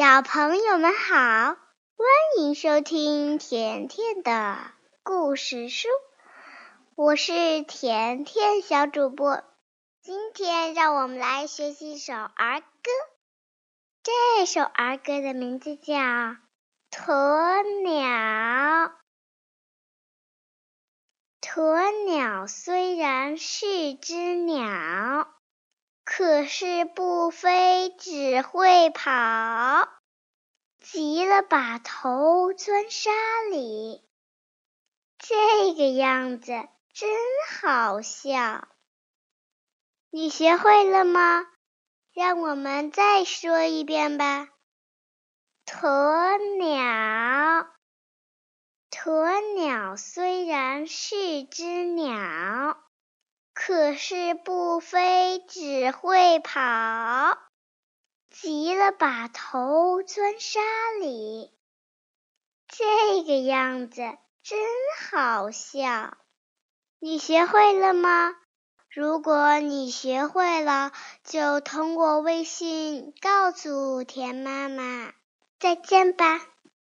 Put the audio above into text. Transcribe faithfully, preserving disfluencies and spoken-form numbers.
小朋友们好，欢迎收听甜甜的故事书，我是甜甜小主播。今天让我们来学习一首儿歌，这首儿歌的名字叫《鸵鸟》。鸵鸟虽然是只鸟，可是不飞只会跑，急了把头钻沙里，这个样子真好笑。你学会了吗？让我们再说一遍吧。鸵鸟，鸵鸟虽然是只鸟，可是不飞只会跑，急了把头钻沙里，这个样子真好笑。你学会了吗？如果你学会了，就通过微信告诉田妈妈。再见吧。